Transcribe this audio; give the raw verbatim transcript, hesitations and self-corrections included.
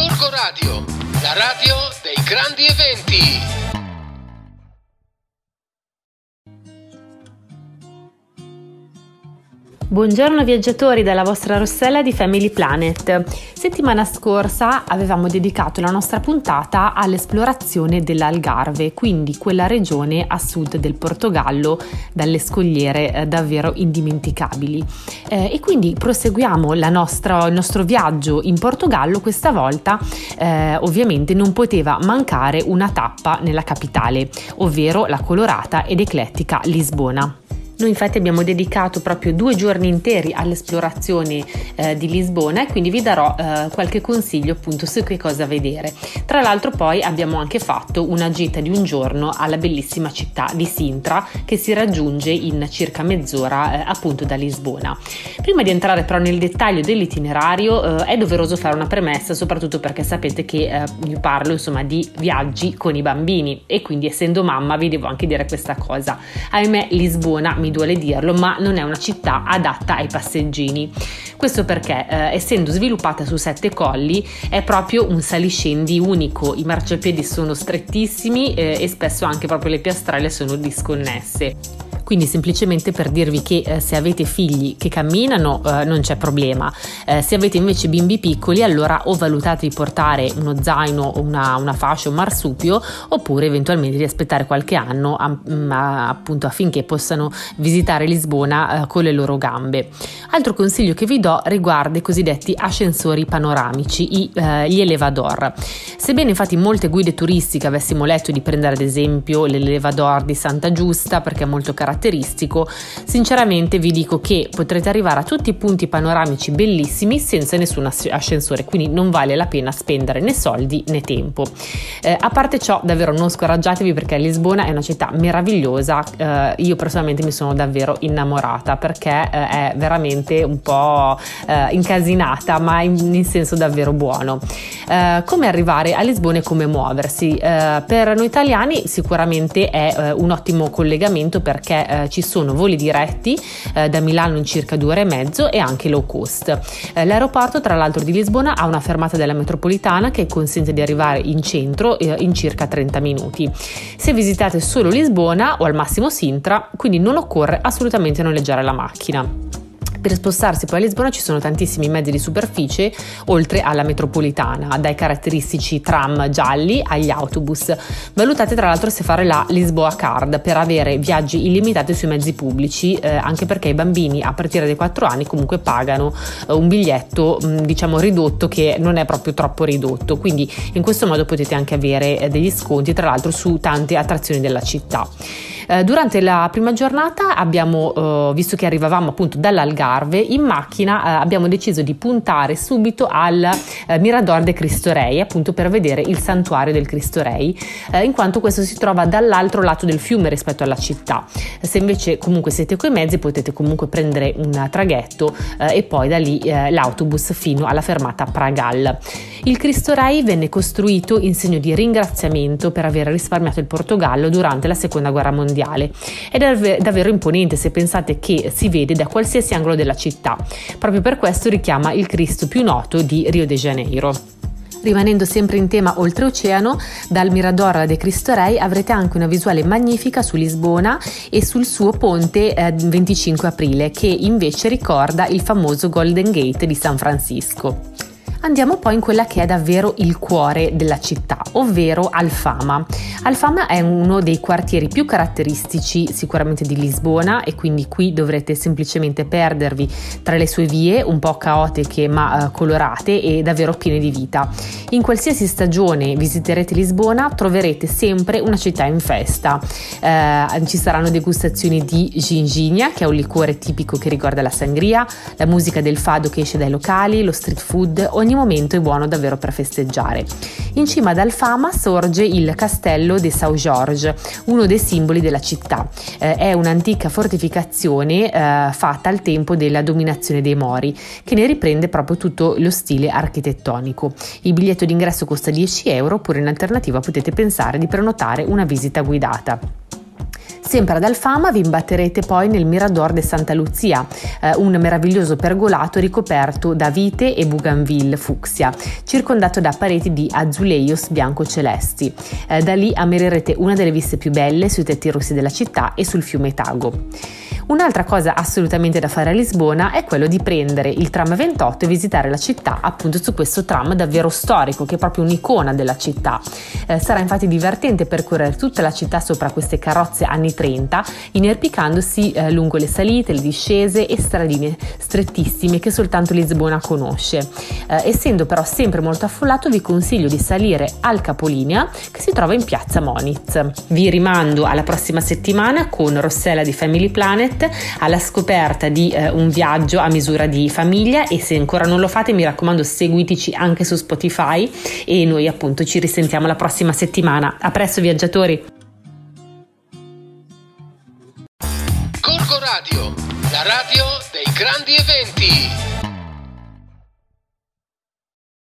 Gorgo Radio, la radio dei grandi eventi. Buongiorno viaggiatori dalla vostra Rossella di Family Planet. Settimana scorsa avevamo dedicato la nostra puntata all'esplorazione dell'Algarve, quindi quella regione a sud del Portogallo dalle scogliere eh, davvero indimenticabili. Eh, e quindi proseguiamo la nostra, il nostro viaggio in Portogallo. Questa volta eh, ovviamente non poteva mancare una tappa nella capitale, ovvero la colorata ed eclettica Lisbona. Noi infatti abbiamo dedicato proprio due giorni interi all'esplorazione eh, di Lisbona e quindi vi darò eh, qualche consiglio appunto su che cosa vedere. Tra l'altro poi abbiamo anche fatto una gita di un giorno alla bellissima città di Sintra, che si raggiunge in circa mezz'ora eh, appunto da Lisbona. Prima di entrare però nel dettaglio dell'itinerario eh, è doveroso fare una premessa, soprattutto perché sapete che eh, io parlo insomma di viaggi con i bambini e quindi essendo mamma vi devo anche dire questa cosa. Ahimè Lisbona, mi duole dirlo, ma non è una città adatta ai passeggini. Questo perché eh, essendo sviluppata su sette colli è proprio un saliscendi unico, i marciapiedi sono strettissimi eh, e spesso anche proprio le piastrelle sono disconnesse. Quindi semplicemente per dirvi che eh, se avete figli che camminano eh, non c'è problema, eh, se avete invece bimbi piccoli allora o valutate di portare uno zaino, una, una fascia, un marsupio, oppure eventualmente di aspettare qualche anno a, a, appunto affinché possano visitare Lisbona eh, con le loro gambe. Altro consiglio che vi do riguarda i cosiddetti ascensori panoramici, i, eh, gli elevador. Sebbene infatti molte guide turistiche avessimo letto di prendere ad esempio l'elevador di Santa Giusta perché è molto caratteristico, caratteristico, sinceramente vi dico che potrete arrivare a tutti i punti panoramici bellissimi senza nessun ascensore, quindi non vale la pena spendere né soldi né tempo. Eh, a parte ciò, davvero non scoraggiatevi perché Lisbona è una città meravigliosa, eh, io personalmente mi sono davvero innamorata perché eh, è veramente un po' eh, incasinata, ma in, in senso davvero buono. Eh, come arrivare a Lisbona e come muoversi? Eh, per noi italiani sicuramente è eh, un ottimo collegamento perché Eh, ci sono voli diretti eh, da Milano in circa due ore e mezzo e anche low cost. Eh, l'aeroporto tra l'altro di Lisbona ha una fermata della metropolitana che consente di arrivare in centro eh, in circa trenta minuti. Se visitate solo Lisbona o al massimo Sintra, quindi non occorre assolutamente noleggiare la macchina. Per spostarsi poi a Lisbona ci sono tantissimi mezzi di superficie oltre alla metropolitana, dai caratteristici tram gialli agli autobus. Valutate tra l'altro se fare la Lisboa Card per avere viaggi illimitati sui mezzi pubblici, eh, anche perché i bambini a partire dai quattro anni comunque pagano eh, un biglietto mh, diciamo ridotto che non è proprio troppo ridotto, quindi in questo modo potete anche avere eh, degli sconti tra l'altro su tante attrazioni della città. Eh, durante la prima giornata abbiamo, eh, visto che arrivavamo appunto dall'Algarve, in macchina eh, abbiamo deciso di puntare subito al eh, Mirador de Cristo Rei, appunto per vedere il santuario del Cristo Rei, eh, in quanto questo si trova dall'altro lato del fiume rispetto alla città. Se invece comunque siete coi mezzi potete comunque prendere un traghetto eh, e poi da lì eh, l'autobus fino alla fermata Pragal. Il Cristo Rei venne costruito in segno di ringraziamento per aver risparmiato il Portogallo durante la seconda guerra mondiale ed è davvero imponente se pensate che si vede da qualsiasi angolo della città. Proprio per questo richiama il Cristo più noto di Rio de Janeiro. Rimanendo sempre in tema oltreoceano, dal Mirador de Cristo Rei avrete anche una visuale magnifica su Lisbona e sul suo ponte eh, venticinque aprile, che invece ricorda il famoso Golden Gate di San Francisco. Andiamo poi in quella che è davvero il cuore della città, ovvero Alfama. Alfama è uno dei quartieri più caratteristici sicuramente di Lisbona e quindi qui dovrete semplicemente perdervi tra le sue vie un po' caotiche ma uh, colorate e davvero piene di vita. In qualsiasi stagione visiterete Lisbona troverete sempre una città in festa. Uh, ci saranno degustazioni di ginginha, che è un liquore tipico che ricorda la sangria, la musica del fado che esce dai locali, lo street food, ogni momento è buono davvero per festeggiare. In cima ad Alfama sorge il castello de São Jorge, uno dei simboli della città. Eh, è un'antica fortificazione eh, fatta al tempo della dominazione dei Mori, che ne riprende proprio tutto lo stile architettonico. Il biglietto d'ingresso costa dieci euro, oppure in alternativa potete pensare di prenotare una visita guidata. Sempre ad Alfama vi imbatterete poi nel Mirador de Santa Lucia, eh, un meraviglioso pergolato ricoperto da vite e bougainville fucsia, circondato da pareti di azuleios bianco-celesti. Eh, da lì ammirerete una delle viste più belle sui tetti rossi della città e sul fiume Tago. Un'altra cosa assolutamente da fare a Lisbona è quello di prendere il tram ventotto e visitare la città appunto su questo tram davvero storico, che è proprio un'icona della città. Eh, sarà infatti divertente percorrere tutta la città sopra queste carrozze anni trenta, inerpicandosi eh, lungo le salite, le discese e stradine strettissime che soltanto Lisbona conosce. Eh, essendo però sempre molto affollato, vi consiglio di salire al capolinea che si trova in piazza Moniz. Vi rimando alla prossima settimana con Rossella di Family Planet alla scoperta di eh, un viaggio a misura di famiglia, e se ancora non lo fate mi raccomando seguiteci anche su Spotify e noi appunto ci risentiamo la prossima settimana. A presto viaggiatori! Gorgo Radio, la radio dei grandi eventi.